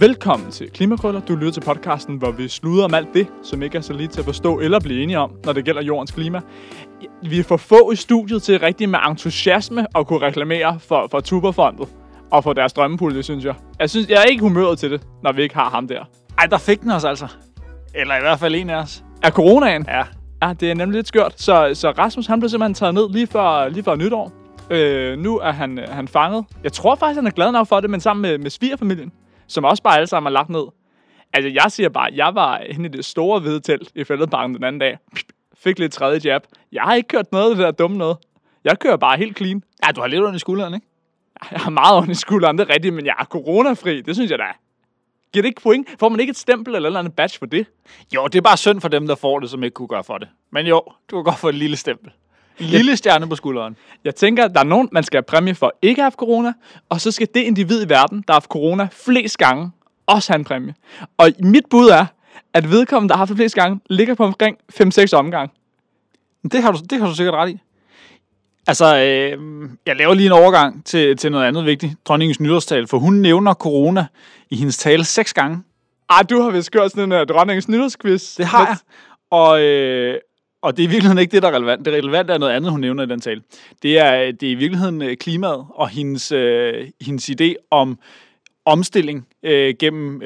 Velkommen til Klimakrøller. Du lytter til podcasten, hvor vi sluder om alt det, som ikke er så lige til at forstå eller blive enige om, når det gælder jordens klima. Vi er for få i studiet til rigtig med entusiasme at kunne reklamere for Tuberfondet og for deres drømmepulje, synes jeg. Jeg er ikke humøret til det, når vi ikke har ham der. Ej, der fik den os altså. Eller i hvert fald en af os. Er coronaen? Ja. Ja, det er nemlig lidt skørt. Så Rasmus, han blev simpelthen taget ned lige før nytår. Nu er han fanget. Jeg tror faktisk, han er glad nok for det, men sammen med svigerfamilien, som også bare alle sammen er lagt ned. Altså, jeg siger bare, jeg var henne i det store hvide telt i Fælledparken den anden dag. Fik lidt tredje jab. Jeg har ikke kørt noget af det der dumme noget. Jeg kører bare helt clean. Ja, du har lidt under i skulderen, ikke? Jeg har meget under i skulderen, det er rigtigt, men jeg er coronafri. Det synes jeg da. Giver det ikke point? Får man ikke et stempel eller andet badge for det? Jo, det er bare synd for dem, der får det, som ikke kunne gøre for det. Men jo, du kan godt få et lille stempel. En lille stjerne på skulderen. Jeg tænker, at der er nogen, man skal have præmie for ikke at have haft corona, og så skal det individ i verden, der har haft corona flest gange, også have en præmie. Og mit bud er, at vedkommende, der har haft det flest gange, ligger på omkring 5-6 omgang. Det har du sikkert ret i. Altså, jeg laver lige en overgang til noget andet vigtigt. Dronningens nytårstale, for hun nævner corona i hendes tale 6 gange. Du har vist gjort sådan en dronningens nytårsquiz. Det har jeg. Og det er i virkeligheden ikke det, der er relevant. Det relevante er noget andet, hun nævner i den tale. Det er i virkeligheden klimaet og hendes idé om omstilling gennem,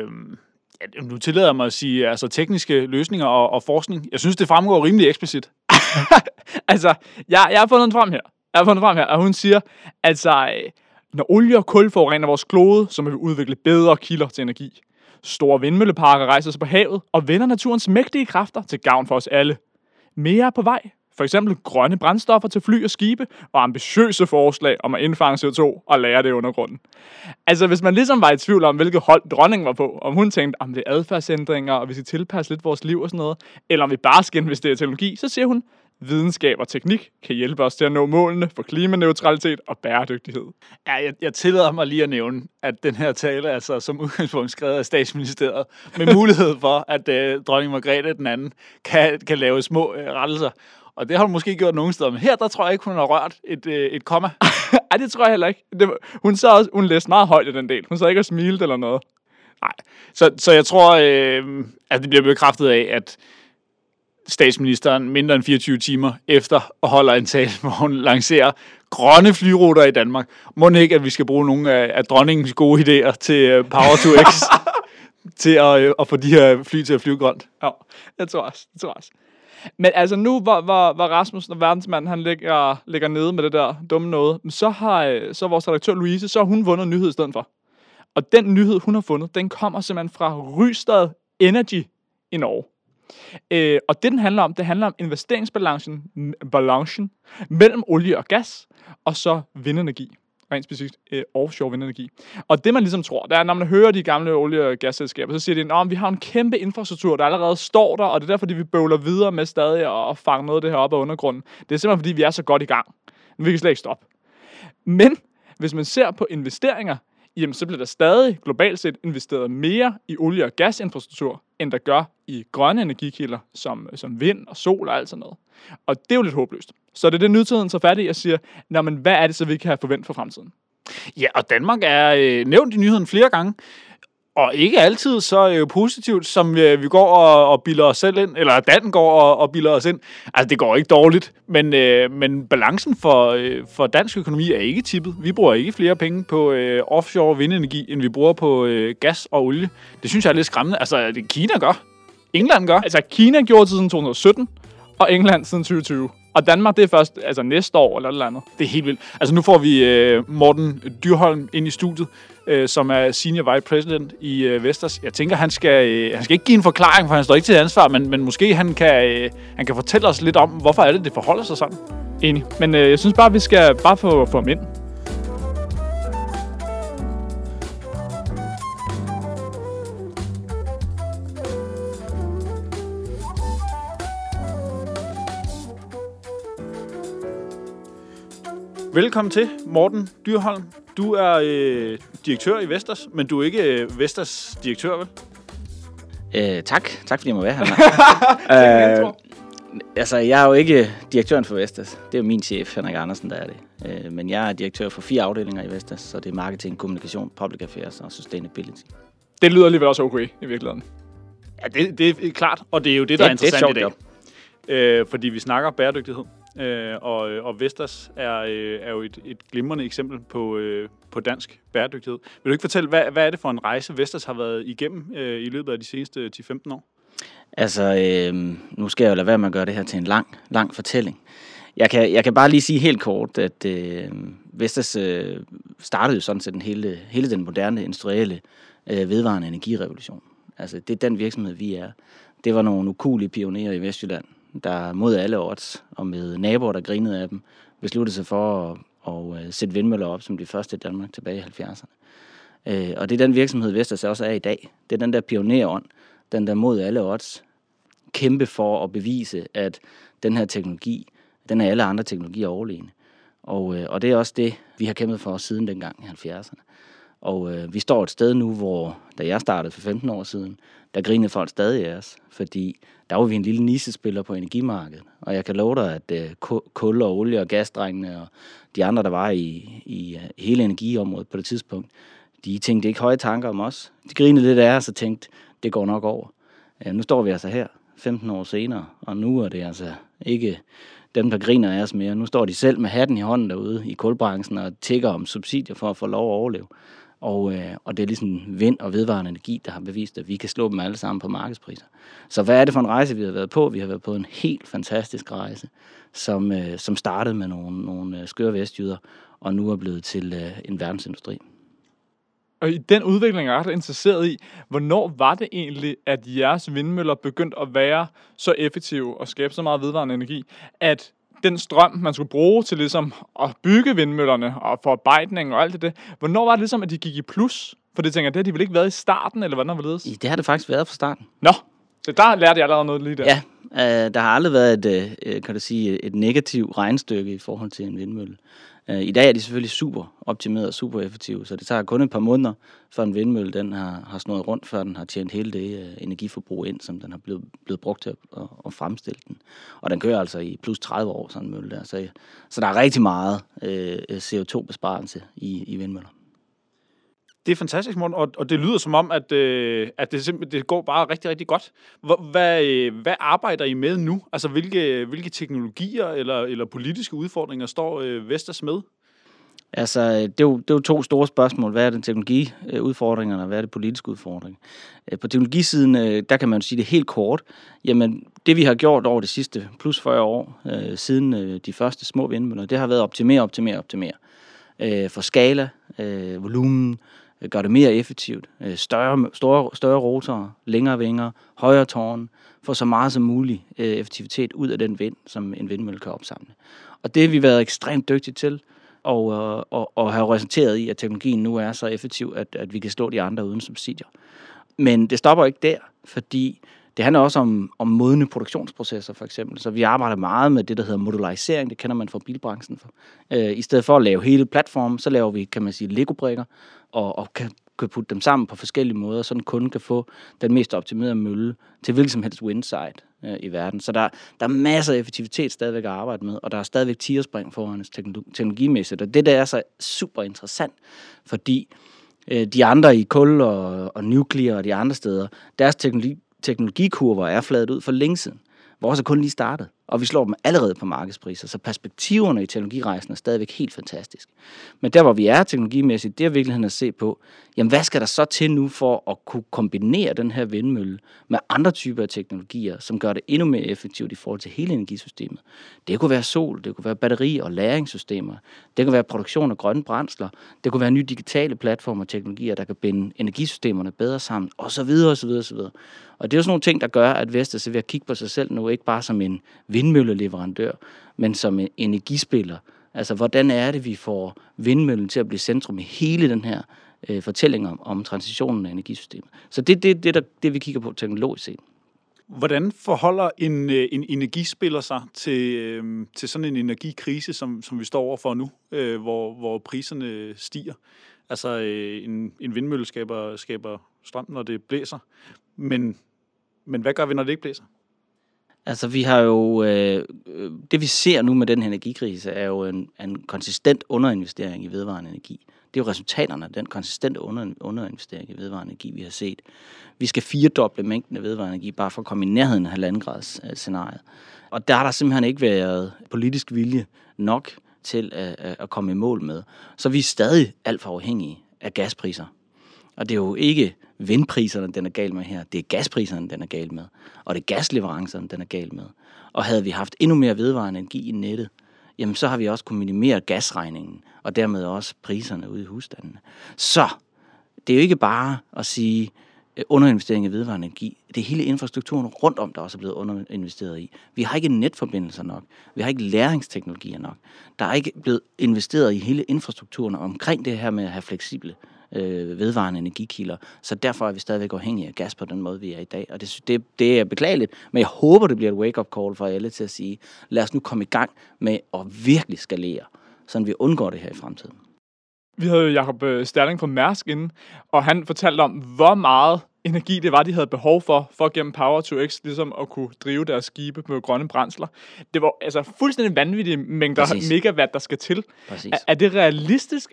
nu tillader jeg mig at sige, altså tekniske løsninger og forskning. Jeg synes, det fremgår rimelig eksplicit. Altså, jeg har fundet den frem her. Og hun siger, altså, når olie og kul forurener vores klode, så må vi udvikle bedre kilder til energi. Store vindmølleparker rejser sig på havet og vender naturens mægtige kræfter til gavn for os alle. Mere er på vej. For eksempel grønne brændstoffer til fly og skibe, og ambitiøse forslag om at indfange CO2 og lagre det i undergrunden. Altså, hvis man ligesom var i tvivl om, hvilket hold dronningen var på, om hun tænkte, om det er adfærdsændringer, og vi skal tilpasse lidt vores liv og sådan noget, eller om vi bare skal investere i teknologi, så siger hun, videnskab og teknik kan hjælpe os til at nå målene for klimaneutralitet og bæredygtighed. Ja, jeg tillader mig lige at nævne, at den her tale er altså som udgangspunkt skrevet af Statsministeriet, med mulighed for, at dronning Margrethe den anden kan lave små rettelser. Og det har hun måske gjort nogen steder, men her, der tror jeg ikke, hun har rørt et komma. Ej, det tror jeg heller ikke. Hun læste meget højt i den del. Hun sad ikke og smilte eller noget. Nej, så jeg tror, at det bliver bekræftet af, at statsministeren mindre end 24 timer efter holder en tale, hvor hun lancerer grønne flyruter i Danmark. Må ikke, at vi skal bruge nogle af dronningens gode idéer til Power to X til at få de her fly til at flyve grønt? Ja, jeg tror også. Men altså nu, hvor Rasmus og verdensmanden, han ligger nede med det der dumme noget, så har vores redaktør Louise, så har hun vundet nyhed i stedet for. Og den nyhed, hun har fundet, den kommer simpelthen fra Rystad Energy i Norge. Og det, den handler om, investeringsbalancen mellem olie og gas, og så vindenergi. Rent specifikt offshore vindenergi. Og det, man ligesom tror, det er, når man hører de gamle olie- og gasselskaber, så siger de, at vi har en kæmpe infrastruktur, der allerede står der, og det er derfor, vi bøvler videre med stadig at fange noget af det her op af undergrunden. Det er simpelthen, fordi vi er så godt i gang. Vi kan slet ikke stoppe. Men hvis man ser på investeringer, jamen så bliver der stadig globalt set investeret mere i olie- og gasinfrastruktur, end der gør i grønne energikilder, som vind og sol og alt sådan noget. Og det er jo lidt håbløst. Så det er det, nytiden så fat i og siger, men hvad er det så, vi kan have forventet for fremtiden? Ja, og Danmark er nævnt i nyheden flere gange, og ikke altid så positivt, som vi går og bilder os selv ind, eller Dan går og bilder os ind. Altså, det går ikke dårligt, men balancen for dansk økonomi er ikke tippet. Vi bruger ikke flere penge på offshore vindenergi, end vi bruger på gas og olie. Det synes jeg er lidt skræmmende. Altså, det Kina gør. England gør. Altså, Kina gjorde det siden 2017, og England siden 2020. Og Danmark, det er først næste år eller noget andet. Det er helt vildt. Altså nu får vi Morten Dyrholm ind i studiet, som er Senior Vice President i Vestas. Jeg tænker, han skal ikke give en forklaring, for han står ikke til ansvar, men måske han kan fortælle os lidt om, hvorfor er det forholder sig sådan. Enig. Men jeg synes bare, vi skal bare få ham ind. Velkommen til, Morten Dyrholm. Du er direktør i Vestas, men du er ikke Vestas direktør, vel? Tak fordi jeg må være her. Altså, jeg er jo ikke direktøren for Vestas. Det er jo min chef, Henrik Andersen, der er det. Men jeg er direktør for 4 afdelinger i Vestas, så det er marketing, kommunikation, public affairs og sustainability. Det lyder alligevel også okay, i virkeligheden. Ja, det er klart, og det er jo det, der er interessant det er i dag. Fordi vi snakker bæredygtighed, og Vestas er jo et glimrende eksempel på dansk bæredygtighed. Vil du ikke fortælle, hvad er det for en rejse, Vestas har været igennem i løbet af de seneste 10-15 år? Altså, nu skal jeg jo lade være med at gøre det her til en lang fortælling. Jeg kan bare lige sige helt kort, at Vestas startede jo sådan set hele den moderne industrielle vedvarende energirevolution. Altså, det er den virksomhed, vi er. Det var nogle ukuelige pionerer i Vestjylland, der mod alle odds og med naboer, der grinede af dem, besluttede sig for at sætte vindmøller op som de første i Danmark tilbage i 70'erne. Og det er den virksomhed, Vestas også er i dag. Det er den der pionerånd, den der mod alle odds kæmpe for at bevise, at den her teknologi, den er alle andre teknologier overlegne. Og det er også det, vi har kæmpet for siden dengang i 70'erne. Og vi står et sted nu, hvor, da jeg startede for 15 år siden, der grinede folk stadig af os, fordi der var vi en lille nichespiller på energimarkedet. Og jeg kan love dig, at kul og olie og gasdrengene og de andre, der var i hele energiområdet på det tidspunkt, de tænkte ikke høje tanker om os. De grinede lidt af os og tænkte, det går nok over. Nu står vi altså her 15 år senere, og nu er det altså ikke dem, der griner af os mere. Nu står de selv med hatten i hånden derude i kulbranchen og tigger om subsidier for at få lov at overleve. Og det er ligesom vind og vedvarende energi, der har bevist, at vi kan slå dem alle sammen på markedspriser. Så hvad er det for en rejse, vi har været på? Vi har været på en helt fantastisk rejse, som startede med nogle skøre vestjyder, og nu er blevet til en verdensindustri. Og i den udvikling, jeg er ret interesseret i, hvornår var det egentlig, at jeres vindmøller begyndte at være så effektive og skabe så meget vedvarende energi, at den strøm, man skulle bruge til ligesom at bygge vindmøllerne og forarbejdning og alt det, hvornår var det ligesom, at de gik i plus? For det tænker jeg, det har de vel ikke været i starten, eller hvordan var det? Det har det faktisk været fra starten. Nå, så der lærte jeg allerede noget lige der. Ja, der har aldrig været et negativt regnestykke i forhold til en vindmølle. I dag er de selvfølgelig super optimeret og super effektive, så det tager kun et par måneder, før en vindmølle den har snået rundt, før den har tjent hele det energiforbrug ind, som den har blevet brugt til at fremstille den. Og den kører altså i plus 30 år, sådan en mølle der. Så der er rigtig meget CO2-besparelse i vindmøller. Det er fantastisk, Morten, og det lyder som om, at det går bare rigtig, rigtig godt. Hvad arbejder I med nu? Altså, hvilke teknologier eller politiske udfordringer står Vestas med? Altså, det er jo to store spørgsmål. Hvad er den teknologiudfordringerne, og hvad er det politiske udfordring? På teknologisiden, der kan man sige det helt kort. Jamen, det vi har gjort over de sidste plus 40 år, siden de første små vindmøller, det har været optimere. For skala, volumen, gør det mere effektivt, større rotorer, længere vinger, højere tårn, få så meget som muligt effektivitet ud af den vind, som en vindmølle kan opsamle. Og det har vi været ekstremt dygtige til, og have resulteret i, at teknologien nu er så effektiv, at vi kan slå de andre uden subsidier. Men det stopper ikke der, fordi det handler også om modne produktionsprocesser, for eksempel. Så vi arbejder meget med det, der hedder modularisering. Det kender man fra bilbranchen. I stedet for at lave hele platformen, så laver vi, kan man sige, Lego-brikker, og kan putte dem sammen på forskellige måder, så den kunde kan få den mest optimerede mølle til hvilket som helst windsite i verden. Så der er masser af effektivitet stadigvæk at arbejde med, og der er stadigvæk tierspring foran os teknologimæssigt. Og det der er så super interessant, fordi de andre i kul og nuclear og de andre steder, deres teknologikurver er fladet ud for længe siden. Vores er kun lige startet, og vi slår dem allerede på markedspriser, så perspektiverne i teknologirejsen er stadigvæk helt fantastisk. Men der, hvor vi er teknologimæssigt, det er virkelig at se på, jamen hvad skal der så til nu for at kunne kombinere den her vindmølle med andre typer af teknologier, som gør det endnu mere effektivt i forhold til hele energisystemet. Det kunne være sol, det kunne være batteri- og lagringssystemer, det kunne være produktion af grønne brændsler, det kunne være nye digitale platformer og teknologier, der kan binde energisystemerne bedre sammen, osv. Og det er jo sådan nogle ting, der gør, at Vestas er ved at kigge på sig selv nu, ikke bare som en vindmølleleverandør, men som en energispiller. Altså, hvordan er det, vi får vindmøllen til at blive centrum i hele den her fortælling om transitionen af energisystemet. Så det er det, vi kigger på teknologisk set. Hvordan forholder en energispiller sig til sådan en energikrise, som vi står overfor nu, hvor priserne stiger? Altså, en vindmølle skaber strøm, når det blæser. Men hvad gør vi, når det ikke blæser? Altså, vi har jo... det, vi ser nu med den her energikrise, er jo en konsistent underinvestering i vedvarende energi. Det er jo resultaterne af den konsistente underinvestering i vedvarende energi, vi har set. Vi skal 4-doble mængden af vedvarende energi, bare for at komme i nærheden af 1,5 grads scenariet. Og der har der simpelthen ikke været politisk vilje nok til at komme i mål med. Så vi er stadig alt for afhængige af gaspriser. Og det er jo ikke vindpriserne, den er gal med her. Det er gaspriserne, den er gal med. Og det er gasleverancerne, den er gal med. Og havde vi haft endnu mere vedvarende energi i nettet, jamen så har vi også kunnet minimere gasregningen, og dermed også priserne ude i husstandene. Så det er jo ikke bare at sige underinvestering i vedvarende energi. Det er hele infrastrukturen rundt om, der også er blevet underinvesteret i. Vi har ikke netforbindelser nok. Vi har ikke læringsteknologier nok. Der er ikke blevet investeret i hele infrastrukturen omkring det her med at have fleksible vedvarende energikilder. Så derfor er vi stadigvæk afhængige af gas på den måde, vi er i dag. Og det er beklageligt, men jeg håber, det bliver et wake-up call for alle til at sige, lad os nu komme i gang med at virkelig skalere, så vi undgår det her i fremtiden. Vi havde jo Jakob Sterling fra Mærsk inde, og han fortalte om, hvor meget energi det var, de havde behov for gennem Power-to-X, ligesom at kunne drive deres skibe med grønne brændsler. Det var altså fuldstændig vanvittige mængder megawatt, der skal til. Er det realistisk?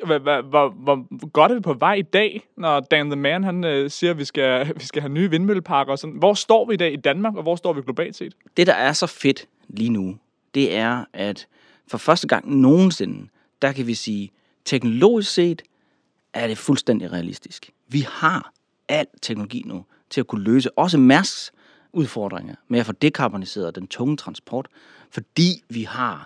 Hvor godt er vi på vej i dag, når Dan the Man han siger, at vi skal have nye vindmølleparker og sådan? Hvor står vi i dag i Danmark, og hvor står vi globalt set? Det, der er så fedt lige nu, det er, at for første gang nogensinde, der kan vi sige, teknologisk set er det fuldstændig realistisk. Vi har al teknologi nu til at kunne løse også Mærsks udfordringer med at få dekarboniseret den tunge transport, fordi vi har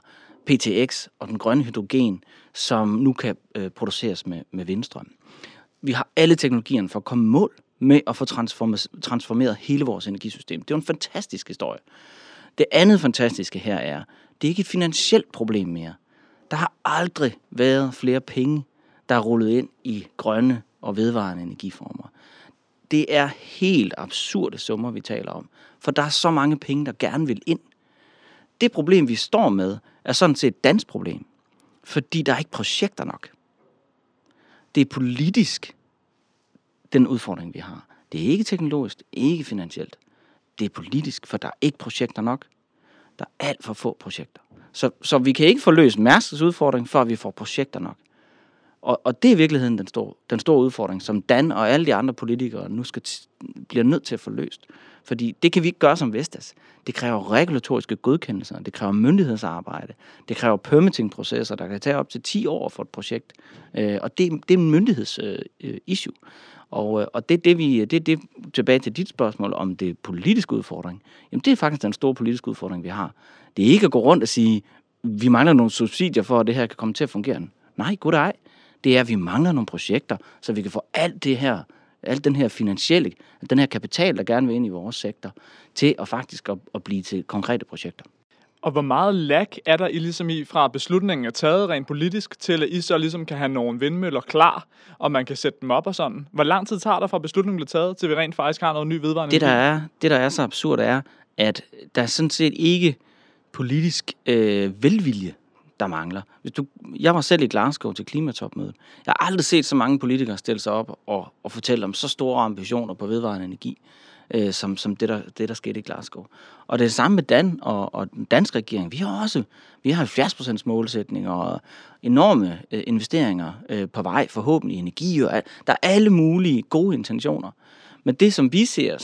PTX og den grønne hydrogen, som nu kan produceres med vindstrøm. Vi har alle teknologierne for at komme mål med at få transformeret hele vores energisystem. Det er jo en fantastisk historie. Det andet fantastiske her er, det er ikke et finansielt problem mere. Der har aldrig været flere penge, der er rullet ind i grønne og vedvarende energiformer. Det er helt absurde summer, vi taler om, for der er så mange penge, der gerne vil ind. Det problem, vi står med, er sådan set et dansk problem, fordi der er ikke projekter nok. Det er politisk, den udfordring, vi har. Det er ikke teknologisk, ikke finansielt. Det er politisk, for der er ikke projekter nok. Der er alt for få projekter. Så vi kan ikke få løst Mærsks udfordring, før vi får projekter nok. Og det er i virkeligheden den store udfordring, som Dan og alle de andre politikere nu bliver nødt til at få løst. Fordi det kan vi ikke gøre som Vestas. Det kræver regulatoriske godkendelser, det kræver myndighedsarbejde, det kræver permitting-processer, der kan tage op til 10 år for et projekt. Og det er en myndighedsissue. Og det er det tilbage til dit spørgsmål om det politiske udfordring. Jamen det er faktisk den store politiske udfordring, vi har. Det er ikke at gå rundt og sige, vi mangler nogle subsidier for, at det her kan komme til at fungere. Nej, gud ej. Det er, at vi mangler nogle projekter, så vi kan få alt den her finansielle, den her kapital, der gerne vil ind i vores sektor, til at faktisk at blive til konkrete projekter. Og hvor meget lag er der ligesom i fra beslutningen er taget rent politisk, til at I så ligesom kan have nogle vindmøller klar, og man kan sætte dem op og sådan? Hvor lang tid tager der fra beslutningen bliver taget, til vi rent faktisk har noget ny vedvarende energi? Det, der er så absurd, er, at der sådan set ikke politisk velvilje, der mangler. Jeg var selv i Glasgow til klimatopmødet. Jeg har aldrig set så mange politikere stille sig op og fortælle om så store ambitioner på vedvarende energi, som det, der skete i Glasgow. Og det er det samme med Dan og den danske regering. Vi har 70% målsætninger og enorme investeringer på vej, forhåbentlig i energi. Og der er alle mulige gode intentioner. Men det, som vi ser,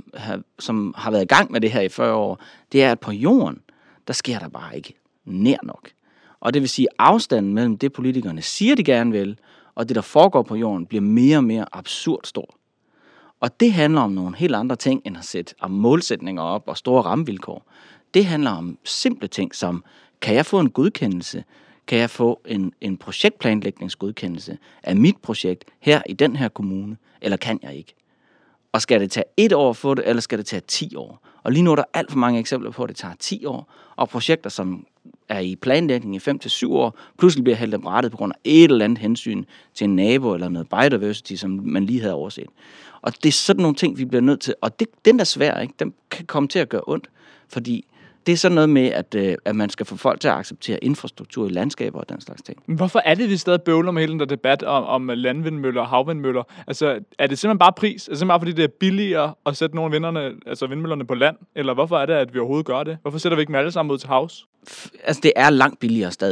som har været i gang med det her i 40 år, det er, at på jorden, der sker der bare ikke nær nok. Og det vil sige, at afstanden mellem det, politikerne siger, de gerne vil, og det, der foregår på jorden, bliver mere og mere absurd stor. Og det handler om nogle helt andre ting, end at sætte målsætninger op og store rammevilkår. Det handler om simple ting, som, kan jeg få en godkendelse? Kan jeg få en projektplanlægningsgodkendelse af mit projekt her i den her kommune? Eller kan jeg ikke? Og skal det tage 1 år at få det, eller skal det tage 10 år? Og lige nu er der alt for mange eksempler på, at det tager 10 år, og projekter, som er i planlægning i 5-7 år, pludselig bliver hældt af brættet på grund af et eller andet hensyn til en nabo eller noget biodiversity, som man lige havde overset. Og det er sådan nogle ting, vi bliver nødt til. Og den er svær, ikke? Den kan komme til at gøre ondt, fordi det er sådan noget med, at man skal få folk til at acceptere infrastruktur i landskaber og den slags ting. Men hvorfor er det, vi stadig bøvler med hele den der debat om landvindmøller og havvindmøller? Altså, er det simpelthen bare pris? Er det simpelthen bare, fordi det er billigere at sætte nogle vindmøllerne på land? Eller hvorfor er det, at vi overhovedet gør det? Hvorfor sætter vi ikke dem alle sammen ud til havs? Altså, det er langt billigere stadigvæk.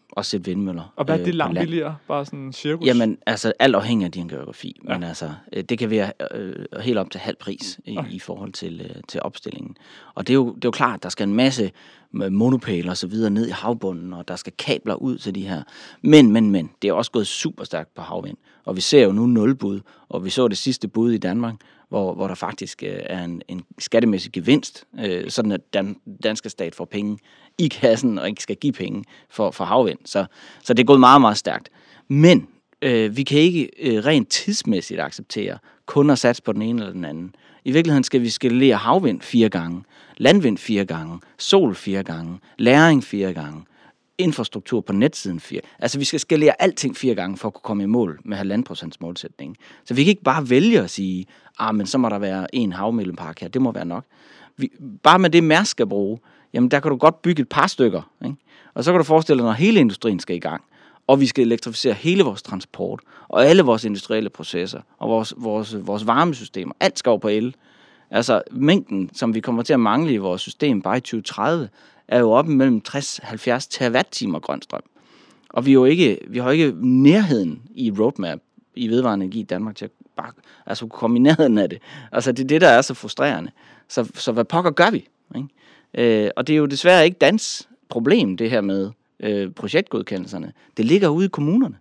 at sætte vindmøller. Og hvad er det på langt land. billigere? Bare sådan en cirkus? Jamen, altså alt afhængig af din geografi, Ja. men altså, det kan være helt op til halv pris i forhold til opstillingen. Og det er jo klart, at der skal en masse monopæler og så videre ned i havbunden, og der skal kabler ud til de her. Men, det er også gået super stærkt på havvind. Og vi ser jo nu 0 bud, og vi så det sidste bud i Danmark, hvor der faktisk er en skattemæssig gevinst, sådan at den danske stat får penge i kassen og ikke skal give penge for havvind. Så det er gået meget, meget stærkt. Men vi kan ikke rent tidsmæssigt acceptere kun at satse på den ene eller den anden. I virkeligheden skal vi skalere havvind 4 gange, landvind 4 gange, sol 4 gange, lagring 4 gange, infrastruktur på netsiden 4. Altså vi skal skalere alting 4 gange for at kunne komme i mål med 1,5% målsætningen. Så vi kan ikke bare vælge at sige, men så må der være en havmøllepark her, det må være nok. Bare med det Mærsk skal bruge, jamen der kan du godt bygge et par stykker, ikke? Og så kan du forestille dig, når hele industrien skal i gang, og vi skal elektrificere hele vores transport, og alle vores industrielle processer, og vores varmesystemer, alt skal over på el. Altså mængden, som vi kommer til at mangle i vores system bare i 2030, er jo oppe mellem 60-70 terawattimer grøn strøm. Og vi har jo ikke nærheden i roadmap i vedvarende energi i Danmark til at bare komme i nærheden af det. Altså det er det, der er så frustrerende. Så hvad pokker gør vi? Ikke? Og det er jo desværre ikke dans problem, det her med projektgodkendelserne. Det ligger ude i kommunerne.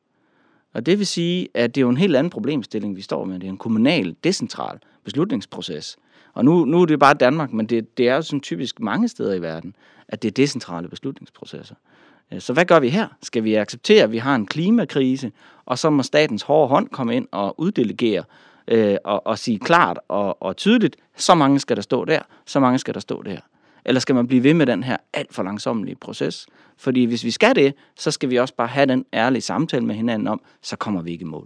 Og det vil sige, at det er jo en helt anden problemstilling, vi står med. Det er en kommunal, decentral beslutningsproces. Og nu er det bare Danmark, men det er jo sådan typisk mange steder i verden, at det er decentrale beslutningsprocesser. Så hvad gør vi her? Skal vi acceptere, at vi har en klimakrise, og så må statens hårde hånd komme ind og uddelegere og sige klart og tydeligt, så mange skal der stå der, så mange skal der stå der. Eller skal man blive ved med den her alt for langsommelige proces? Fordi hvis vi skal det, så skal vi også bare have den ærlige samtale med hinanden om, så kommer vi ikke i mål.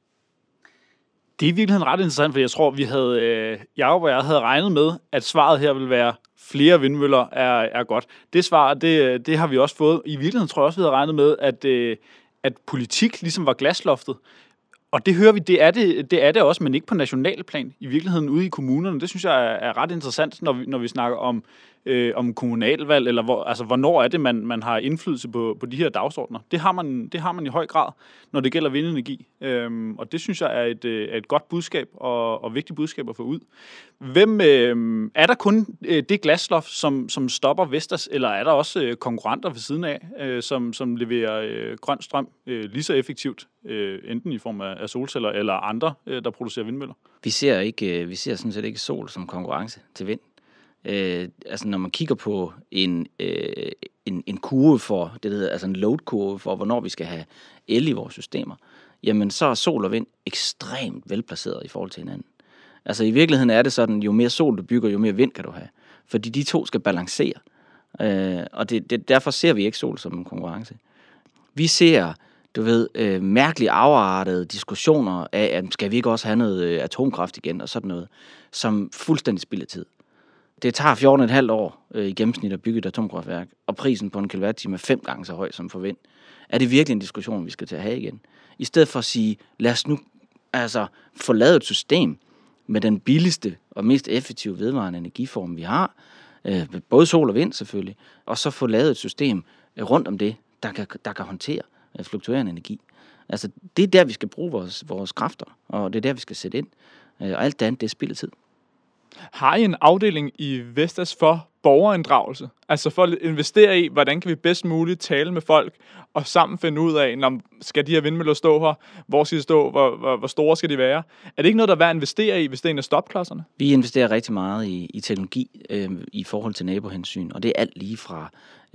Det er i virkeligheden ret interessant, for jeg tror, Jacob og jeg havde regnet med, at svaret her vil være, flere vindmøller er godt. Det svar, det har vi også fået. I virkeligheden tror jeg også, vi havde regnet med, at politik ligesom var glasloftet. Og det hører vi, det er det også, men ikke på national plan. I virkeligheden ude i kommunerne. Det synes jeg er ret interessant, når vi snakker om kommunalvalg, eller hvornår er det, man har indflydelse på de her dagsordner. Det har man i høj grad, når det gælder vindenergi. Og det synes jeg er et godt budskab og vigtigt budskab at få ud. Er der kun det glasloft, som stopper Vestas, eller er der også konkurrenter ved siden af, som leverer grøn strøm lige så effektivt, enten i form af solceller eller andre, der producerer vindmøller? Vi ser sådan set ikke sol som konkurrence til vind. Når man kigger på en kurve for det hedder, altså en load-kurve for, hvornår vi skal have el i vores systemer, jamen så er sol og vind ekstremt velplaceret i forhold til hinanden. Altså i virkeligheden er det sådan, jo mere sol du bygger, jo mere vind kan du have. Fordi de to skal balancere. Og derfor ser vi ikke sol som en konkurrence. Vi ser, mærkeligt afartede diskussioner af, at skal vi ikke også have noget atomkraft igen og sådan noget, som fuldstændig spilder tid. Det tager 14,5 år i gennemsnit at bygge et atomkraftværk, og prisen på en kilowatt-time er 5 gange så høj som for vind. Er det virkelig en diskussion, vi skal til at have igen? I stedet for at sige, lad os nu få lavet et system med den billigste og mest effektive vedvarende energiform, vi har, både sol og vind selvfølgelig, og så få lavet et system rundt om det, der kan håndtere fluktuerende energi. Altså, det er der, vi skal bruge vores kræfter, og det er der, vi skal sætte ind. Og alt det andet, det er spild af tid. Har I en afdeling i Vestas for borgerinddragelse? Altså for at investere i, hvordan kan vi bedst muligt tale med folk, og sammen finde ud af, skal de her vindmøller stå her? Hvor skal de stå? Hvor store skal de være? Er det ikke noget, der er værd at investere i, hvis det er en af stopklodserne? Vi investerer rigtig meget i teknologi i forhold til nabohensyn, og det er alt lige fra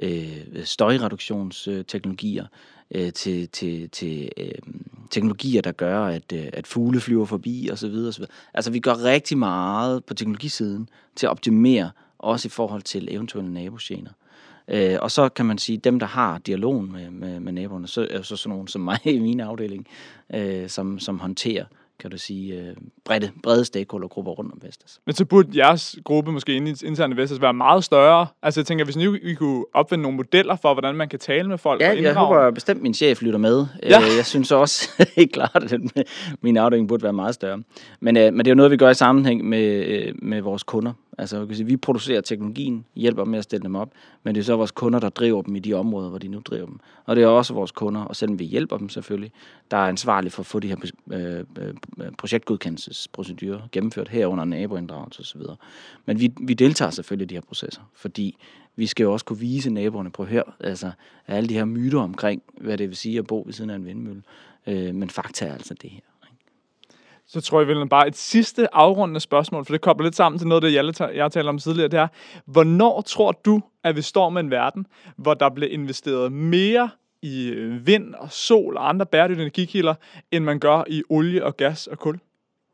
støjreduktionsteknologier til teknologier, der gør, at fugle flyver forbi osv. Altså vi gør rigtig meget på teknologisiden til at optimere, også i forhold til eventuelle nabogener. Og så kan man sige, dem, der har dialogen med naboerne, så er så sådan nogen som mig i min afdeling, som håndterer, kan du sige, brede stakeholdergrupper rundt om Vestas. Men så burde jeres gruppe måske internt i Vestas være meget større. Altså jeg tænker, hvis nu I kunne opfinde nogle modeller for, hvordan man kan tale med folk. Ja, jeg håber bestemt, min chef lytter med. Ja. Jeg synes også helt klart, at min afdeling burde være meget større. Men det er jo noget, vi gør i sammenhæng med vores kunder. Altså, jeg kan sige, vi producerer teknologien, hjælper med at stille dem op, men det er så vores kunder, der driver dem i de områder, hvor de nu driver dem. Og det er også vores kunder, og selvom vi hjælper dem selvfølgelig, der er ansvarlige for at få de her projektgodkendelsesprocedurer gennemført herunder naboinddragelse osv. Men vi deltager selvfølgelig i de her processer, fordi vi skal jo også kunne vise naboerne på her, altså alle de her myter omkring, hvad det vil sige at bo ved siden af en vindmølle. Men fakta er altså det her. Så tror jeg vel bare et sidste afrundende spørgsmål, for det kobler lidt sammen til noget af det, jeg talte om tidligere, det er, hvornår tror du, at vi står med en verden, hvor der bliver investeret mere i vind og sol og andre bæredygtige energikilder, end man gør i olie og gas og kul?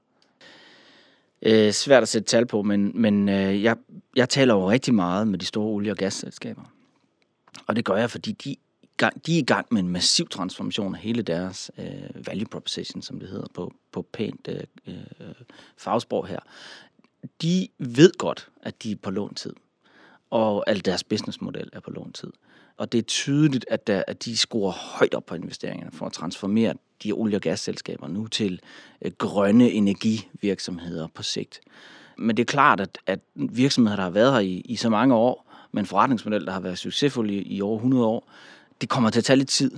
Svært at sætte tal på, men jeg taler jo rigtig meget med de store olie- og gasselskaber. Og det gør jeg, fordi de er i gang med en massiv transformation af hele deres value proposition, som det hedder på pænt fagsprog her. De ved godt, at de er på låntid, og at deres businessmodel er på låntid. Og det er tydeligt, at de skruer højt op på investeringerne for at transformere de olie- og gasselskaber nu til grønne energivirksomheder på sigt. Men det er klart, at virksomheder, der har været her i så mange år, med en forretningsmodel, der har været succesfuld i over 100 år, det kommer til at tage lidt tid,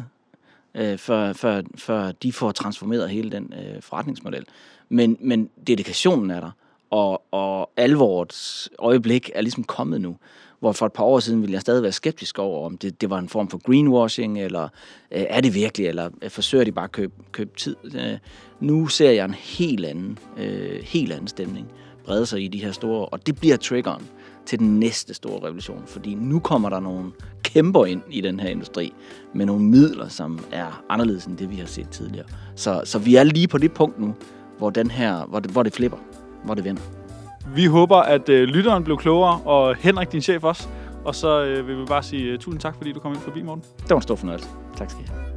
før de får transformeret hele den forretningsmodel. Men dedikationen er der, og alvorets øjeblik er ligesom kommet nu. Hvor for et par år siden ville jeg stadig være skeptisk over, om det var en form for greenwashing, eller er det virkelig, eller forsøger de bare at købe tid. Nu ser jeg en helt anden stemning brede sig i de her store, og det bliver triggeren til den næste store revolution, fordi nu kommer der nogle kæmper ind i den her industri med nogle midler, som er anderledes end det, vi har set tidligere. Så vi er lige på det punkt nu, hvor det flipper, hvor det vender. Vi håber, at lytteren blev klogere, og Henrik, din chef også. Og så vil vi bare sige tusind tak, fordi du kom ind forbi, Morten. Det var en stor fornøjelse. Tak skal I have.